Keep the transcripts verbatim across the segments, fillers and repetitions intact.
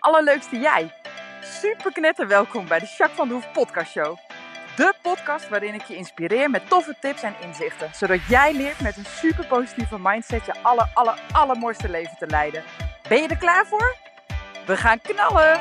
allerleukste jij. Super knetter welkom bij de Jacques van de Hoef podcast show. De podcast waarin ik je inspireer met toffe tips en inzichten. Zodat jij leert met een super positieve mindset je aller, aller, allermooiste leven te leiden. Ben je er klaar voor? We gaan knallen!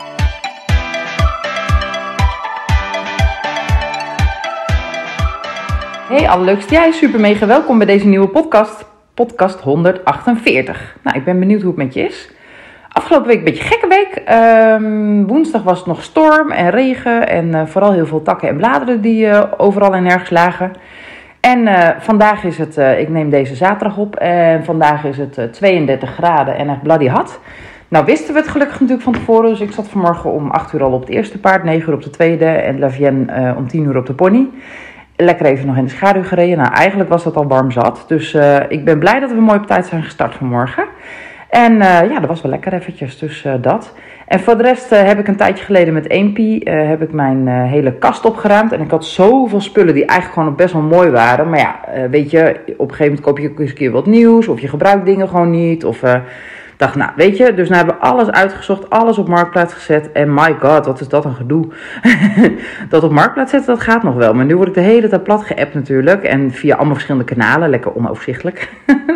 Hey allerleukste jij, super mega welkom bij deze nieuwe podcast. Podcast honderdachtenveertig. Nou, ik ben benieuwd hoe het met je is. Afgelopen week een beetje gekke week. Um, woensdag was het nog storm en regen en uh, vooral heel veel takken en bladeren die uh, overal en nergens lagen. En uh, vandaag is het, uh, ik neem deze zaterdag op en vandaag is het uh, tweeëndertig graden en echt bloody hot. Nou wisten we het gelukkig natuurlijk van tevoren, dus ik zat vanmorgen om acht uur al op het eerste paard, negen uur op de tweede en Lavienne uh, om tien uur op de pony. Lekker even nog in de schaduw gereden. Nou, eigenlijk was dat al warm zat. Dus uh, ik ben blij dat we mooi op tijd zijn gestart vanmorgen. En uh, ja, dat was wel lekker eventjes. Dus uh, dat. En voor de rest uh, heb ik een tijdje geleden met Eempie uh, heb ik mijn uh, hele kast opgeruimd. En ik had zoveel spullen die eigenlijk gewoon best wel mooi waren. Maar ja, uh, weet je, op een gegeven moment koop je ook eens een keer wat nieuws. Of je gebruikt dingen gewoon niet. Of... Uh, dacht, nou, weet je, dus nu hebben we alles uitgezocht, alles op Marktplaats gezet. En my god, wat is dat een gedoe. Dat op Marktplaats zetten, dat gaat nog wel. Maar nu word ik de hele tijd plat geappt natuurlijk. En via allemaal verschillende kanalen, lekker onoverzichtelijk.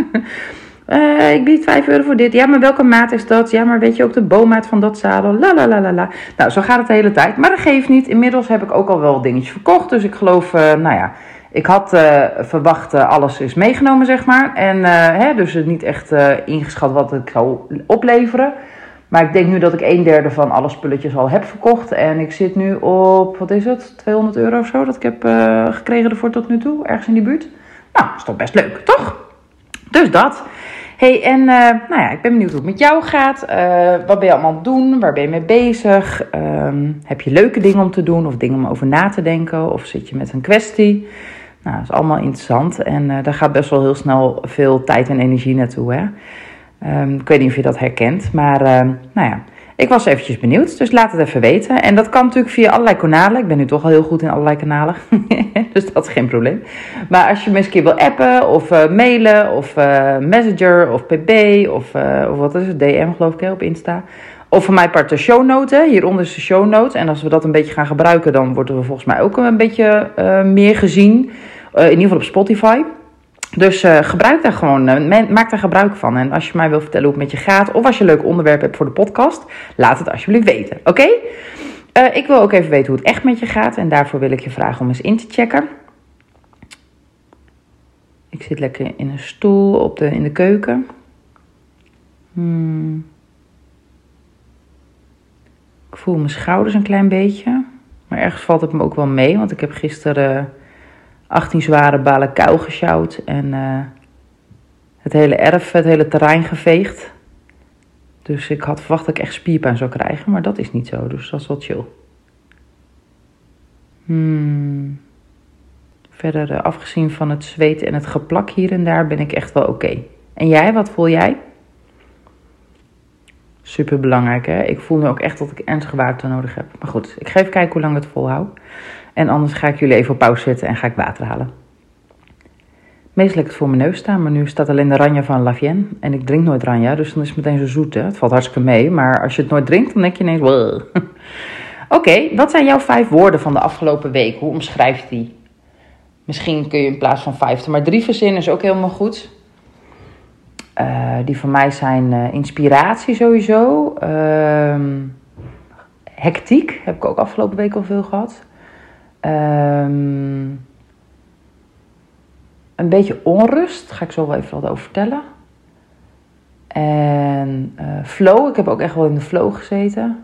uh, ik bied vijf euro voor dit. Ja, maar welke maat is dat? Ja, maar weet je ook de boommaat van dat zadel? La la la la la. Nou, zo gaat het de hele tijd. Maar dat geeft niet. Inmiddels heb ik ook al wel dingetjes verkocht. Dus ik geloof, uh, nou ja... Ik had uh, verwacht uh, alles is meegenomen, zeg maar. En uh, hè, dus niet echt uh, ingeschat wat het zou opleveren. Maar ik denk nu dat ik een derde van alle spulletjes al heb verkocht. En ik zit nu op, wat is het, tweehonderd euro of zo dat ik heb uh, gekregen ervoor tot nu toe. Ergens in die buurt. Nou, dat is toch best leuk, toch? Dus dat. Hey, en uh, nou ja, ik ben benieuwd hoe het met jou gaat. Uh, wat ben je allemaal aan het doen? Waar ben je mee bezig? Um, heb je leuke dingen om te doen? Of dingen om over na te denken? Of zit je met een kwestie? Nou, dat is allemaal interessant. En uh, daar gaat best wel heel snel veel tijd en energie naartoe, hè? Um, ik weet niet of je dat herkent. Maar, uh, nou ja, ik was eventjes benieuwd. Dus laat het even weten. En dat kan natuurlijk via allerlei kanalen. Ik ben nu toch al heel goed in allerlei kanalen. Dus dat is geen probleem. Maar als je me eens een keer wil appen of uh, mailen of uh, Messenger of P B of, uh, of wat is het, D M geloof ik, hè, op Insta. Of van mij part de shownoten. Hieronder is de shownotes. En als we dat een beetje gaan gebruiken, dan worden we volgens mij ook een beetje uh, meer gezien. Uh, in ieder geval op Spotify. Dus uh, gebruik daar gewoon, uh, maak daar gebruik van. En als je mij wil vertellen hoe het met je gaat, of als je een leuk onderwerp hebt voor de podcast, laat het alsjeblieft weten, oké? Okay? Uh, ik wil ook even weten hoe het echt met je gaat. En daarvoor wil ik je vragen om eens in te checken. Ik zit lekker in een stoel op de, in de keuken. Hmm. Ik voel mijn schouders een klein beetje. Maar ergens valt het me ook wel mee. Want ik heb gisteren achttien zware balen kuil gesjouwd. En uh, het hele erf, het hele terrein geveegd. Dus ik had verwacht dat ik echt spierpijn zou krijgen. Maar dat is niet zo. Dus dat is wel chill. Hmm. Verder, uh, afgezien van het zweet en het geplak hier en daar, ben ik echt wel oké. Okay. En jij, wat voel jij? Super belangrijk, hè? Ik voel nu ook echt dat ik ernstig water nodig heb. Maar goed, ik ga even kijken hoe lang ik het volhoud. En anders ga ik jullie even op pauze zetten en ga ik water halen. Meestal heb ik het voor mijn neus staan, maar nu staat alleen de ranja van Lavienne. En ik drink nooit ranja, dus dan is het meteen zo zoet, hè? Het valt hartstikke mee, maar als je het nooit drinkt, dan denk je ineens... Oké, okay, wat zijn jouw vijf woorden van de afgelopen week? Hoe omschrijf je die? Misschien kun je in plaats van vijf er maar drie verzinnen, is ook helemaal goed. Uh, die van mij zijn uh, inspiratie sowieso. Uh, hectiek heb ik ook afgelopen week al veel gehad. Uh, een beetje onrust, daar ga ik zo wel even wat over vertellen. En uh, flow, ik heb ook echt wel in de flow gezeten.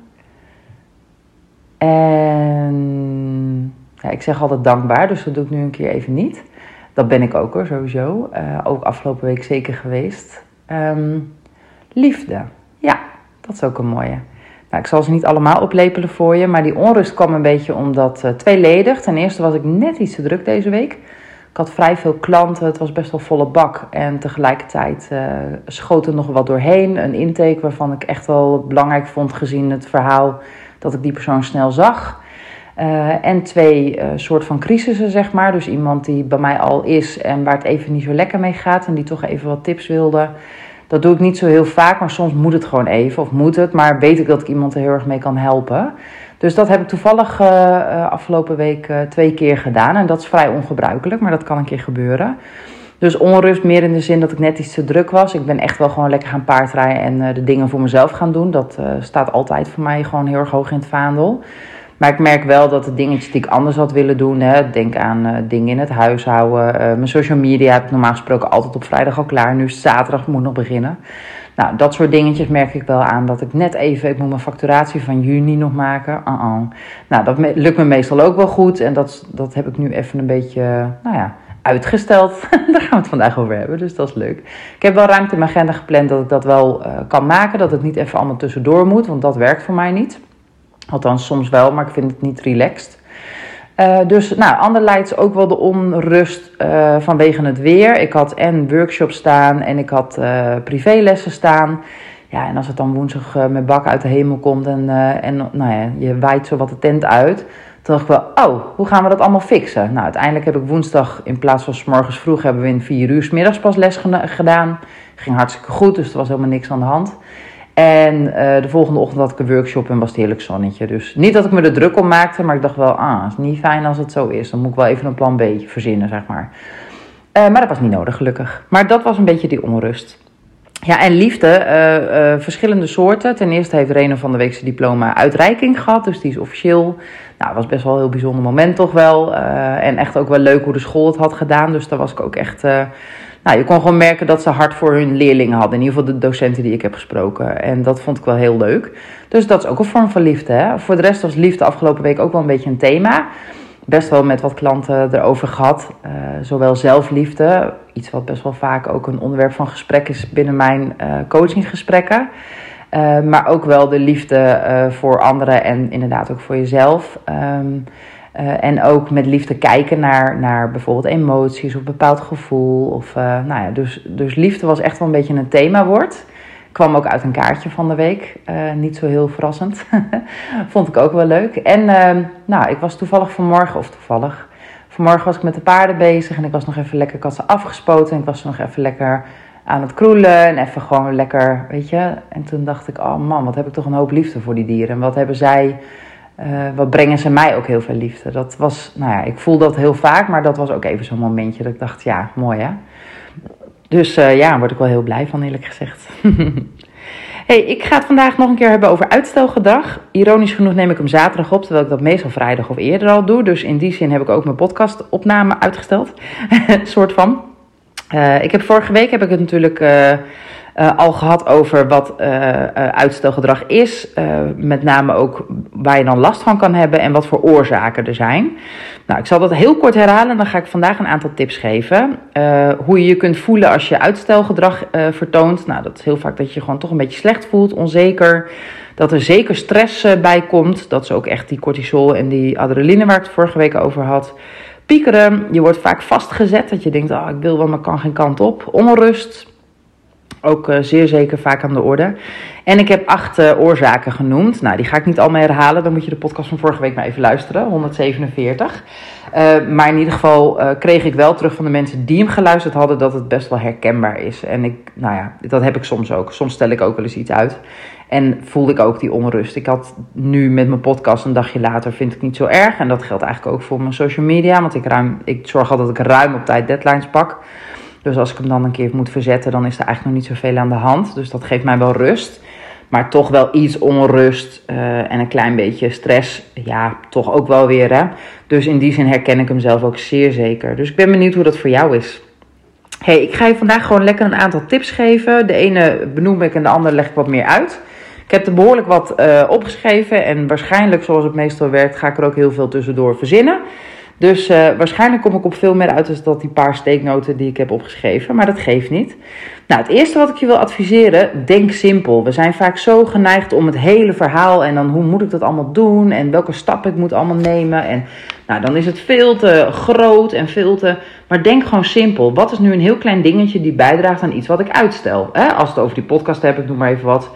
En ja, ik zeg altijd dankbaar, dus dat doe ik nu een keer even niet. Dat ben ik ook hoor, sowieso. Uh, ook afgelopen week zeker geweest. Um, liefde. Ja, dat is ook een mooie. Nou, ik zal ze niet allemaal oplepelen voor je. Maar die onrust kwam een beetje omdat uh, tweeledig. Ten eerste was ik net iets te druk deze week. Ik had vrij veel klanten. Het was best wel volle bak. En tegelijkertijd uh, schoot er nog wat doorheen. Een intake waarvan ik echt wel belangrijk vond gezien het verhaal dat ik die persoon snel zag. Uh, en twee uh, soort van crisissen, zeg maar. Dus iemand die bij mij al is en waar het even niet zo lekker mee gaat en die toch even wat tips wilde. Dat doe ik niet zo heel vaak, maar soms moet het gewoon even. Of moet het, maar weet ik dat ik iemand er heel erg mee kan helpen. Dus dat heb ik toevallig uh, afgelopen week uh, twee keer gedaan. En dat is vrij ongebruikelijk, maar dat kan een keer gebeuren. Dus onrust meer in de zin dat ik net iets te druk was. Ik ben echt wel gewoon lekker gaan paardrijden en uh, de dingen voor mezelf gaan doen. Dat uh, staat altijd voor mij gewoon heel erg hoog in het vaandel. Maar ik merk wel dat de dingetjes die ik anders had willen doen. Hè, denk aan uh, dingen in het huishouden. Uh, mijn social media heb ik normaal gesproken altijd op vrijdag al klaar. Nu is het zaterdag, ik moet nog beginnen. Nou, dat soort dingetjes merk ik wel aan dat ik net even... Ik moet mijn facturatie van juni nog maken. Uh-uh. Nou, dat me, lukt me meestal ook wel goed. En dat, dat heb ik nu even een beetje, nou ja, uitgesteld. Daar gaan we het vandaag over hebben, dus dat is leuk. Ik heb wel ruimte in mijn agenda gepland dat ik dat wel uh, kan maken. Dat het niet even allemaal tussendoor moet, want dat werkt voor mij niet. Althans, soms wel, maar ik vind het niet relaxed. Uh, dus, nou, anderzijds ook wel de onrust uh, vanwege het weer. Ik had en workshops staan en ik had uh, privélessen staan. Ja, en als het dan woensdag uh, met bak uit de hemel komt en, uh, en nou ja, je waait zo wat de tent uit. Toen dacht ik wel, oh, hoe gaan we dat allemaal fixen? Nou, uiteindelijk heb ik woensdag in plaats van 's morgens vroeg hebben we in vier uur 's middags pas les gedaan. Ging hartstikke goed, dus er was helemaal niks aan de hand. En uh, de volgende ochtend had ik een workshop en was het heerlijk zonnetje. Dus niet dat ik me er druk om maakte, maar ik dacht wel, ah, het is niet fijn als het zo is. Dan moet ik wel even een plan B verzinnen, zeg maar. Uh, maar dat was niet nodig, gelukkig. Maar dat was een beetje die onrust. Ja, en liefde, uh, uh, verschillende soorten. Ten eerste heeft Reno van de week zijn diploma uitreiking gehad, dus die is officieel. Nou, het was best wel een heel bijzonder moment toch wel. Uh, en echt ook wel leuk hoe de school het had gedaan, dus daar was ik ook echt... Uh, Nou, je kon gewoon merken dat ze hard voor hun leerlingen hadden. In ieder geval de docenten die ik heb gesproken. En dat vond ik wel heel leuk. Dus dat is ook een vorm van liefde. Hè? Voor de rest was liefde afgelopen week ook wel een beetje een thema. Best wel met wat klanten erover gehad. Uh, zowel zelfliefde. Iets wat best wel vaak ook een onderwerp van gesprek is binnen mijn uh, coachinggesprekken. Uh, maar ook wel de liefde uh, voor anderen en inderdaad ook voor jezelf. Um, Uh, en ook met liefde kijken naar, naar bijvoorbeeld emoties of een bepaald gevoel. Of, uh, nou ja, dus, dus liefde was echt wel een beetje een themawoord. Kwam ook uit een kaartje van de week. Uh, niet zo heel verrassend. Vond ik ook wel leuk. En uh, nou, ik was toevallig vanmorgen, of toevallig... Vanmorgen was ik met de paarden bezig en ik was nog even lekker, ik had ze afgespoten. En ik was nog even lekker aan het kroelen en even gewoon lekker, weet je. En toen dacht ik, oh man, wat heb ik toch een hoop liefde voor die dieren. En wat hebben zij... Uh, wat brengen ze mij ook heel veel liefde. Dat was, nou ja, ik voel dat heel vaak, maar dat was ook even zo'n momentje dat ik dacht, ja, mooi hè. Dus uh, ja, daar word ik wel heel blij van, eerlijk gezegd. Hey, ik ga het vandaag nog een keer hebben over uitstelgedrag. Ironisch genoeg neem ik hem zaterdag op, terwijl ik dat meestal vrijdag of eerder al doe. Dus in die zin heb ik ook mijn podcastopname uitgesteld. soort van. Uh, ik heb vorige week heb ik het natuurlijk... Uh, Uh, al gehad over wat uh, uh, uitstelgedrag is. Uh, met name ook waar je dan last van kan hebben en wat voor oorzaken er zijn. Nou, ik zal dat heel kort herhalen en dan ga ik vandaag een aantal tips geven. Uh, hoe je je kunt voelen als je uitstelgedrag uh, vertoont. Nou, dat is heel vaak dat je je gewoon toch een beetje slecht voelt, onzeker. Dat er zeker stress uh, bij komt. Dat is ook echt die cortisol en die adrenaline waar ik het vorige week over had. Piekeren, je wordt vaak vastgezet. Dat je denkt, oh, ik wil wel, maar kan geen kant op. Onrust. Ook uh, zeer zeker vaak aan de orde. En ik heb acht uh, oorzaken genoemd. Nou, die ga ik niet allemaal herhalen. Dan moet je de podcast van vorige week maar even luisteren. honderdzevenenveertig. Uh, maar in ieder geval uh, kreeg ik wel terug van de mensen die hem geluisterd hadden... dat het best wel herkenbaar is. En ik, nou ja, dat heb ik soms ook. Soms stel ik ook wel eens iets uit. En voelde ik ook die onrust. Ik had nu met mijn podcast een dagje later, vind ik niet zo erg. En dat geldt eigenlijk ook voor mijn social media. Want ik, ruim, ik zorg altijd dat ik ruim op tijd deadlines pak... Dus als ik hem dan een keer moet verzetten, dan is er eigenlijk nog niet zoveel aan de hand. Dus dat geeft mij wel rust. Maar toch wel iets onrust uh, en een klein beetje stress. Ja, toch ook wel weer hè. Dus in die zin herken ik hem zelf ook zeer zeker. Dus ik ben benieuwd hoe dat voor jou is. Hey, ik ga je vandaag gewoon lekker een aantal tips geven. De ene benoem ik en de andere leg ik wat meer uit. Ik heb er behoorlijk wat uh, opgeschreven. En waarschijnlijk, zoals het meestal werkt, ga ik er ook heel veel tussendoor verzinnen. Dus uh, waarschijnlijk kom ik op veel meer uit dan dat die paar steeknoten die ik heb opgeschreven. Maar dat geeft niet. Nou, het eerste wat ik je wil adviseren, denk simpel. We zijn vaak zo geneigd om het hele verhaal en dan hoe moet ik dat allemaal doen en welke stappen ik moet allemaal nemen. En nou, dan is het veel te groot en veel te... Maar denk gewoon simpel. Wat is nu een heel klein dingetje die bijdraagt aan iets wat ik uitstel? Hè? Als we het over die podcast hebben, ik noem maar even wat.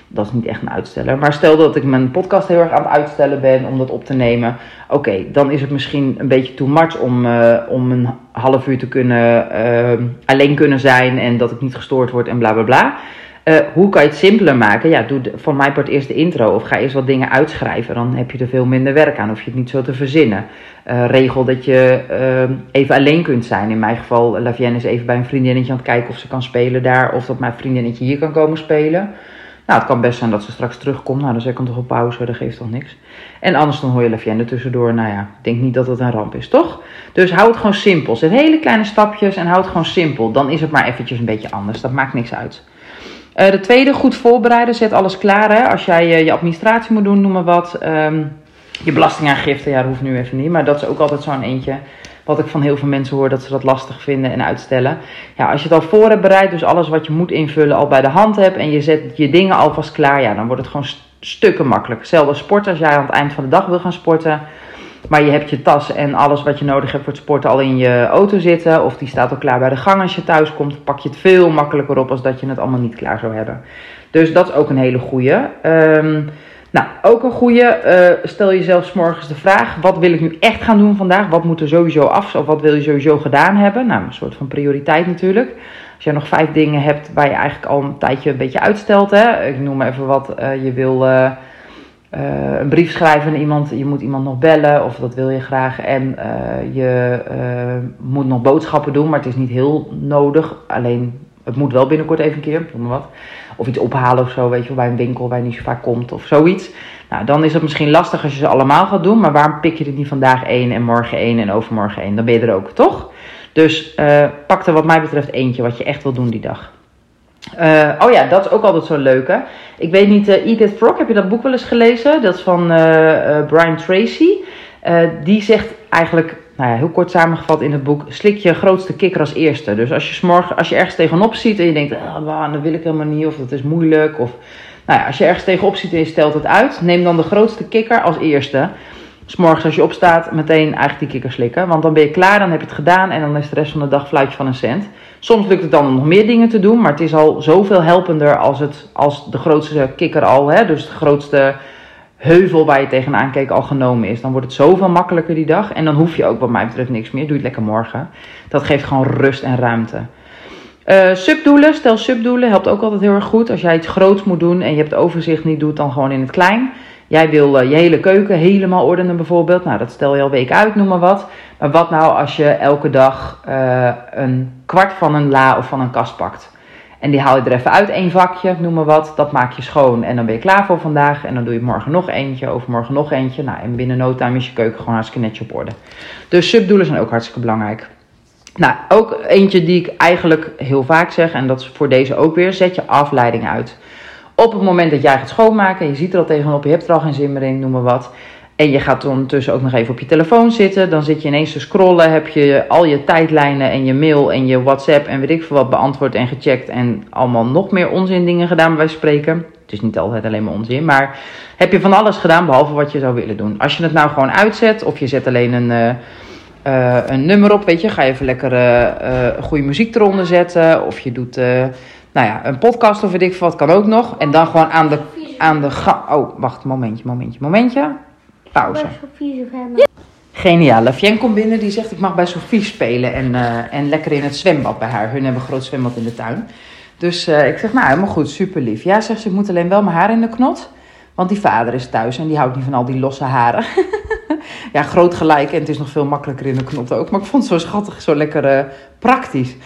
Dat is niet echt een uitsteller. Maar stel dat ik mijn podcast heel erg aan het uitstellen ben om dat op te nemen. Oké, okay, dan is het misschien een beetje too much om, uh, om een half uur te kunnen uh, alleen kunnen zijn. En dat ik niet gestoord word en bla bla bla. Uh, hoe kan je het simpeler maken? Ja, doe de, van mijn part eerst de intro. Of ga eerst wat dingen uitschrijven. Dan heb je er veel minder werk aan. Hoef je het niet zo te verzinnen. Uh, regel dat je uh, even alleen kunt zijn. In mijn geval, Lavienne is even bij een vriendinnetje aan het kijken of ze kan spelen daar. Of dat mijn vriendinnetje hier kan komen spelen. Nou, het kan best zijn dat ze straks terugkomt. Nou, dan zet ik hem toch op pauze. Dat geeft toch niks. En anders dan hoor je Lavienne tussendoor. Nou ja, ik denk niet dat het een ramp is, toch? Dus hou het gewoon simpel. Zet hele kleine stapjes en hou het gewoon simpel. Dan is het maar eventjes een beetje anders. Dat maakt niks uit. Uh, de tweede, goed voorbereiden. Zet alles klaar. Hè? Als jij uh, je administratie moet doen, noem maar wat. Um, je belastingaangifte, ja, dat hoeft nu even niet. Maar dat is ook altijd zo'n eentje. Wat ik van heel veel mensen hoor, dat ze dat lastig vinden en uitstellen. Ja, als je het al voor hebt bereid, dus alles wat je moet invullen al bij de hand hebt. En je zet je dingen alvast klaar. Ja, dan wordt het gewoon st- stukken makkelijk. Hetzelfde als sporten. Als jij aan het eind van de dag wil gaan sporten. Maar je hebt je tas en alles wat je nodig hebt voor het sporten al in je auto zitten. Of die staat al klaar bij de gang als je thuis komt. Pak je het veel makkelijker op als dat je het allemaal niet klaar zou hebben. Dus dat is ook een hele goeie. Um, nou, ook een goeie. Uh, stel jezelf 's morgens de vraag. Wat wil ik nu echt gaan doen vandaag? Wat moet er sowieso af? Of wat wil je sowieso gedaan hebben? Nou, een soort van prioriteit natuurlijk. Als je nog vijf dingen hebt waar je eigenlijk al een tijdje een beetje uitstelt. Hè? Ik noem maar even wat. Uh, je wil... Uh, Uh, een brief schrijven naar iemand, je moet iemand nog bellen of dat wil je graag en uh, je uh, moet nog boodschappen doen, maar het is niet heel nodig, alleen het moet wel binnenkort even een keer, noem maar wat, of iets ophalen of zo, weet je wel, bij een winkel waar je niet zo vaak komt of zoiets. Nou, dan is het misschien lastig als je ze allemaal gaat doen, maar waarom pik je er niet vandaag één en morgen één en overmorgen één, dan ben je er ook, toch? Dus uh, pak er wat mij betreft eentje wat je echt wil doen die dag. Uh, oh ja, dat is ook altijd zo'n leuke. Ik weet niet, uh, Edith Frog, heb je dat boek wel eens gelezen? Dat is van uh, uh, Brian Tracy. Uh, die zegt eigenlijk, nou ja, heel kort samengevat in het boek, slik je grootste kikker als eerste. Dus als je, 's morgen, als je ergens tegenop ziet en je denkt, oh, dat wil ik helemaal niet, of dat is moeilijk. Of, nou ja, als je ergens tegenop ziet en je stelt het uit, neem dan de grootste kikker als eerste. 's Morgens als je opstaat, meteen eigenlijk die kikker slikken. Want dan ben je klaar, dan heb je het gedaan en dan is de rest van de dag fluitje van een cent. Soms lukt het dan om nog meer dingen te doen, maar het is al zoveel helpender als, het, als de grootste kikker al, hè, dus de grootste heuvel waar je tegenaan keek al genomen is. Dan wordt het zoveel makkelijker die dag en dan hoef je ook wat mij betreft niks meer. Doe het lekker morgen. Dat geeft gewoon rust en ruimte. Uh, subdoelen, stel subdoelen, helpt ook altijd heel erg goed. Als jij iets groots moet doen en je hebt overzicht niet, doe het dan gewoon in het klein. Jij wil uh, je hele keuken helemaal ordenen bijvoorbeeld. Nou, dat stel je al week uit, noem maar wat. Maar wat nou als je elke dag uh, een kwart van een la of van een kast pakt? En die haal je er even uit, één vakje, noem maar wat. Dat maak je schoon en dan ben je klaar voor vandaag. En dan doe je morgen nog eentje, overmorgen nog eentje. Nou, en binnen no time is je keuken gewoon hartstikke netjes op orde. Dus subdoelen zijn ook hartstikke belangrijk. Nou, ook eentje die ik eigenlijk heel vaak zeg, en dat is voor deze ook weer, zet je afleiding uit. Op het moment dat jij gaat schoonmaken en je ziet er al tegenop, je hebt er al geen zin meer in, noem maar wat. En je gaat ondertussen ook nog even op je telefoon zitten. Dan zit je ineens te scrollen, heb je al je tijdlijnen en je mail en je WhatsApp en weet ik veel wat beantwoord en gecheckt. En allemaal nog meer onzin dingen gedaan bij wijze van spreken. Het is niet altijd alleen maar onzin, maar heb je van alles gedaan behalve wat je zou willen doen. Als je het nou gewoon uitzet of je zet alleen een... Uh, Uh, een nummer op, weet je, ga je even lekker uh, uh, goede muziek eronder zetten. Of je doet, uh, nou ja, een podcast of weet ik veel wat, kan ook nog. En dan gewoon aan de, aan de gang. Oh, wacht, momentje, momentje, momentje. Pauze. Ja. Geniaal. Lavienne komt binnen, die zegt ik mag bij Sophie spelen en, uh, en lekker in het zwembad bij haar. Hun hebben een groot zwembad in de tuin. Dus uh, ik zeg, nou, helemaal goed, super lief. Ja, zegt ze, ik moet alleen wel mijn haar in de knot. Want die vader is thuis en die houdt niet van al die losse haren. Ja, groot gelijk en het is nog veel makkelijker in de knot ook. Maar ik vond het zo schattig, zo lekker uh, praktisch.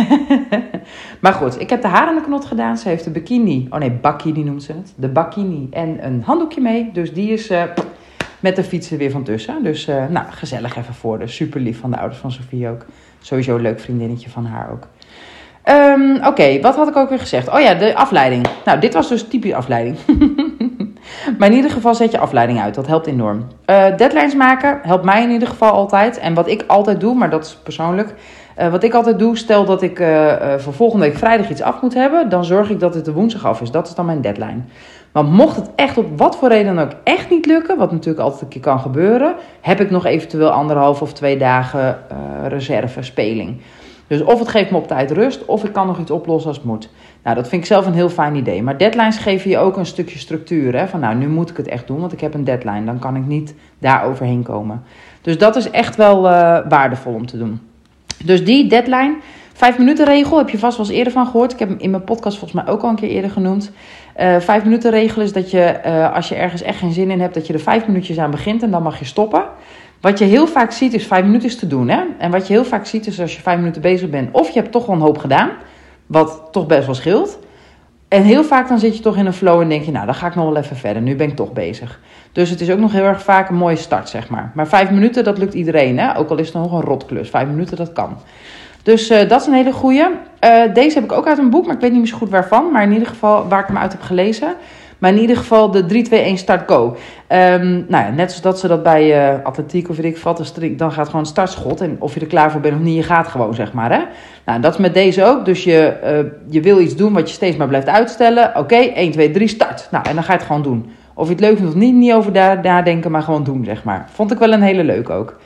Maar goed, ik heb de haar in de knot gedaan. Ze heeft de bikini, oh nee, bakini noemt ze het. De bakini en een handdoekje mee. Dus die is uh, met de fietsen weer van tussen. Dus uh, nou, gezellig even voor de super lief van de ouders van Sophie ook. Sowieso een leuk vriendinnetje van haar ook. Um, Oké, okay, wat had ik ook weer gezegd? Oh ja, de afleiding. Nou, dit was dus typisch afleiding. Maar in ieder geval zet je afleiding uit. Dat helpt enorm. Uh, deadlines maken helpt mij in ieder geval altijd. En wat ik altijd doe, maar dat is persoonlijk. Uh, wat ik altijd doe, stel dat ik uh, uh, voor volgende week vrijdag iets af moet hebben. Dan zorg ik dat het de woensdag af is. Dat is dan mijn deadline. Maar mocht het echt op wat voor reden dan ook echt niet lukken. Wat natuurlijk altijd een keer kan gebeuren. Heb ik nog eventueel anderhalf of twee dagen uh, reserve speling. Dus of het geeft me op tijd rust, of ik kan nog iets oplossen als het moet. Nou, dat vind ik zelf een heel fijn idee. Maar deadlines geven je ook een stukje structuur. Hè? Van nou, nu moet ik het echt doen, want ik heb een deadline. Dan kan ik niet daar overheen komen. Dus dat is echt wel uh, waardevol om te doen. Dus die deadline, vijf minuten regel, heb je vast wel eens eerder van gehoord. Ik heb hem in mijn podcast volgens mij ook al een keer eerder genoemd. Uh, vijf minuten regel is dat je, uh, als je ergens echt geen zin in hebt, dat je er vijf minuutjes aan begint en dan mag je stoppen. Wat je heel vaak ziet is vijf minuten is te doen. Hè? En wat je heel vaak ziet is als je vijf minuten bezig bent, of je hebt toch wel een hoop gedaan, wat toch best wel scheelt. En heel vaak dan zit je toch in een flow en denk je, nou dan ga ik nog wel even verder. Nu ben ik toch bezig. Dus het is ook nog heel erg vaak een mooie start, zeg maar. Maar vijf minuten, dat lukt iedereen. Hè? Ook al is het nog een rotklus. Vijf minuten, dat kan. Dus uh, dat is een hele goeie. Uh, deze heb ik ook uit een boek, maar ik weet niet meer zo goed waarvan. Maar in ieder geval waar ik hem uit heb gelezen. Maar in ieder geval de drie twee een start go. Um, nou ja, net zoals dat ze dat bij uh, atletiek of weet ik wat, dan gaat gewoon het startschot. En of je er klaar voor bent of niet, je gaat gewoon, zeg maar. Hè? Nou, dat is met deze ook. Dus je, uh, je wil iets doen wat je steeds maar blijft uitstellen. Oké, okay, één, twee, drie, start. Nou, en dan ga je het gewoon doen. Of je het leuk vindt of niet, niet over nadenken, maar gewoon doen, zeg maar. Vond ik wel een hele leuk ook.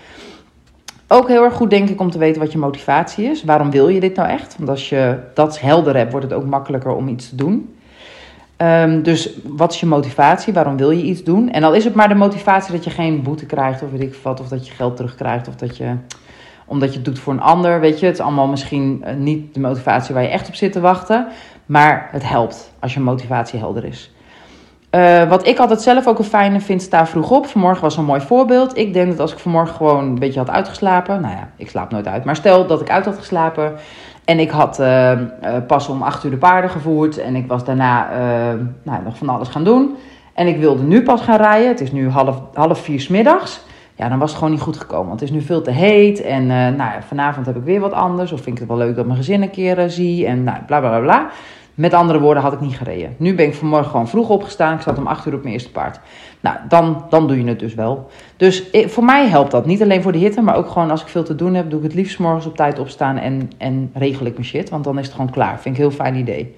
Ook heel erg goed, denk ik, om te weten wat je motivatie is. Waarom wil je dit nou echt? Want als je dat helder hebt, wordt het ook makkelijker om iets te doen. Um, dus wat is je motivatie? Waarom wil je iets doen? En al is het maar de motivatie dat je geen boete krijgt of weet ik wat, of dat je geld terugkrijgt of dat je, omdat je het doet voor een ander, weet je. Het is allemaal misschien uh, niet de motivatie waar je echt op zit te wachten, maar het helpt als je motivatie helder is. Uh, wat ik altijd zelf ook een fijne vind, sta vroeg op. Vanmorgen was een mooi voorbeeld. Ik denk dat als ik vanmorgen gewoon een beetje had uitgeslapen, nou ja, ik slaap nooit uit, maar stel dat ik uit had geslapen en ik had uh, uh, pas om acht uur de paarden gevoerd en ik was daarna uh, nou, nog van alles gaan doen. En ik wilde nu pas gaan rijden. Het is nu half, half vier 's middags. Ja, dan was het gewoon niet goed gekomen. Want het is nu veel te heet. En uh, nou ja, vanavond heb ik weer wat anders. Of vind ik het wel leuk dat mijn gezin een keer uh, zie. En nou, bla bla bla bla. Met andere woorden had ik niet gereden. Nu ben ik vanmorgen gewoon vroeg opgestaan. Ik zat om acht uur op mijn eerste paard. Nou, dan, dan doe je het dus wel. Dus voor mij helpt dat. Niet alleen voor de hitte, maar ook gewoon als ik veel te doen heb, doe ik het liefst morgens op tijd opstaan en, en regel ik mijn shit. Want dan is het gewoon klaar. Vind ik een heel fijn idee.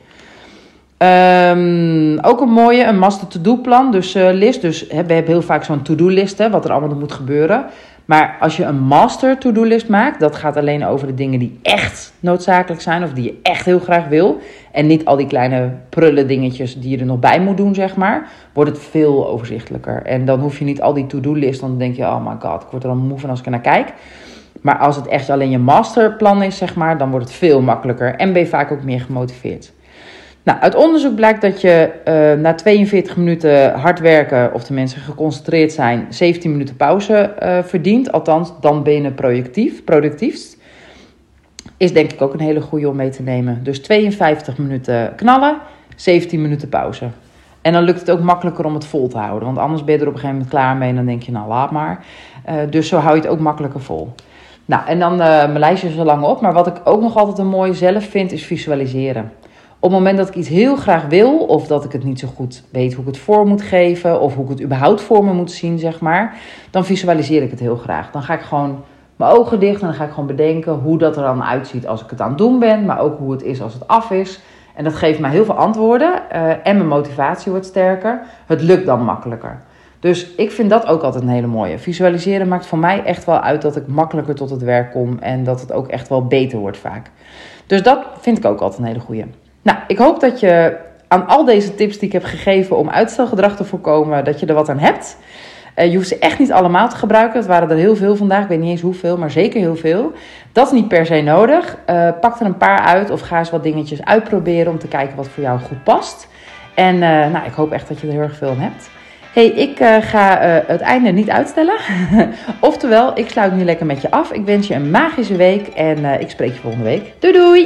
Um, ook een mooie, een master to-do plan. Dus uh, list. Dus he, we hebben heel vaak zo'n to-do list, hè, wat er allemaal moet gebeuren. Maar als je een master to-do list maakt, dat gaat alleen over de dingen die echt noodzakelijk zijn of die je echt heel graag wil. En niet al die kleine prullen dingetjes die je er nog bij moet doen, zeg maar. Wordt het veel overzichtelijker. En dan hoef je niet al die to-do list, dan denk je, oh my god, ik word er dan moe van als ik er naar kijk. Maar als het echt alleen je masterplan is, zeg maar, dan wordt het veel makkelijker en ben je vaak ook meer gemotiveerd. Nou, uit onderzoek blijkt dat je uh, na tweeënveertig minuten hard werken, of tenminste geconcentreerd zijn, zeventien minuten pauze uh, verdient. Althans, dan ben je productief, productiefst. Is denk ik ook een hele goede om mee te nemen. Dus tweeënvijftig minuten knallen, zeventien minuten pauze. En dan lukt het ook makkelijker om het vol te houden. Want anders ben je er op een gegeven moment klaar mee en dan denk je, nou laat maar. Uh, dus zo hou je het ook makkelijker vol. Nou, en dan uh, mijn lijstje is zo lang op. Maar wat ik ook nog altijd een mooi zelf vind, is visualiseren. Op het moment dat ik iets heel graag wil, of dat ik het niet zo goed weet hoe ik het voor moet geven, of hoe ik het überhaupt voor me moet zien, zeg maar, dan visualiseer ik het heel graag. Dan ga ik gewoon mijn ogen dicht en dan ga ik gewoon bedenken hoe dat er dan uitziet als ik het aan het doen ben, maar ook hoe het is als het af is. En dat geeft mij heel veel antwoorden uh, en mijn motivatie wordt sterker. Het lukt dan makkelijker. Dus ik vind dat ook altijd een hele mooie. Visualiseren maakt voor mij echt wel uit dat ik makkelijker tot het werk kom en dat het ook echt wel beter wordt vaak. Dus dat vind ik ook altijd een hele goeie. Nou, ik hoop dat je aan al deze tips die ik heb gegeven om uitstelgedrag te voorkomen, dat je er wat aan hebt. Uh, je hoeft ze echt niet allemaal te gebruiken. Het waren er heel veel vandaag. Ik weet niet eens hoeveel, maar zeker heel veel. Dat is niet per se nodig. Uh, pak er een paar uit of ga eens wat dingetjes uitproberen om te kijken wat voor jou goed past. En uh, nou, ik hoop echt dat je er heel erg veel aan hebt. Hey, ik uh, ga uh, het einde niet uitstellen. Oftewel, ik sluit nu lekker met je af. Ik wens je een magische week en uh, ik spreek je volgende week. Doei doei!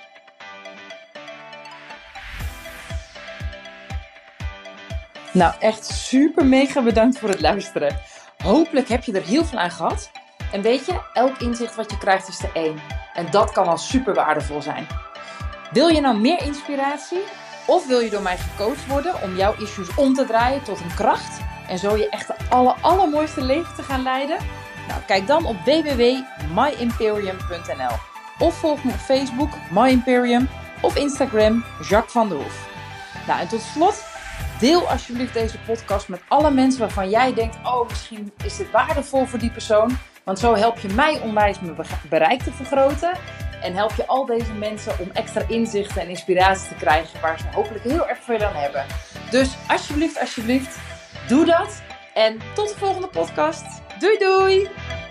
Nou, echt super mega bedankt voor het luisteren. Hopelijk heb je er heel veel aan gehad. En weet je, elk inzicht wat je krijgt is er één. En dat kan al super waardevol zijn. Wil je nou meer inspiratie? Of wil je door mij gecoacht worden om jouw issues om te draaien tot een kracht? En zo je echt de aller, allermooiste leven te gaan leiden? Nou, kijk dan op w w w punt my imperium punt n l. Of volg me op Facebook, MyImperium. Of Instagram, Jacques van der Hoef. Nou, en tot slot, deel alsjeblieft deze podcast met alle mensen waarvan jij denkt, oh, misschien is dit waardevol voor die persoon. Want zo help je mij onwijs mijn bereik te vergroten. En help je al deze mensen om extra inzichten en inspiratie te krijgen waar ze hopelijk heel erg veel aan hebben. Dus alsjeblieft, alsjeblieft, doe dat. En tot de volgende podcast. Doei doei!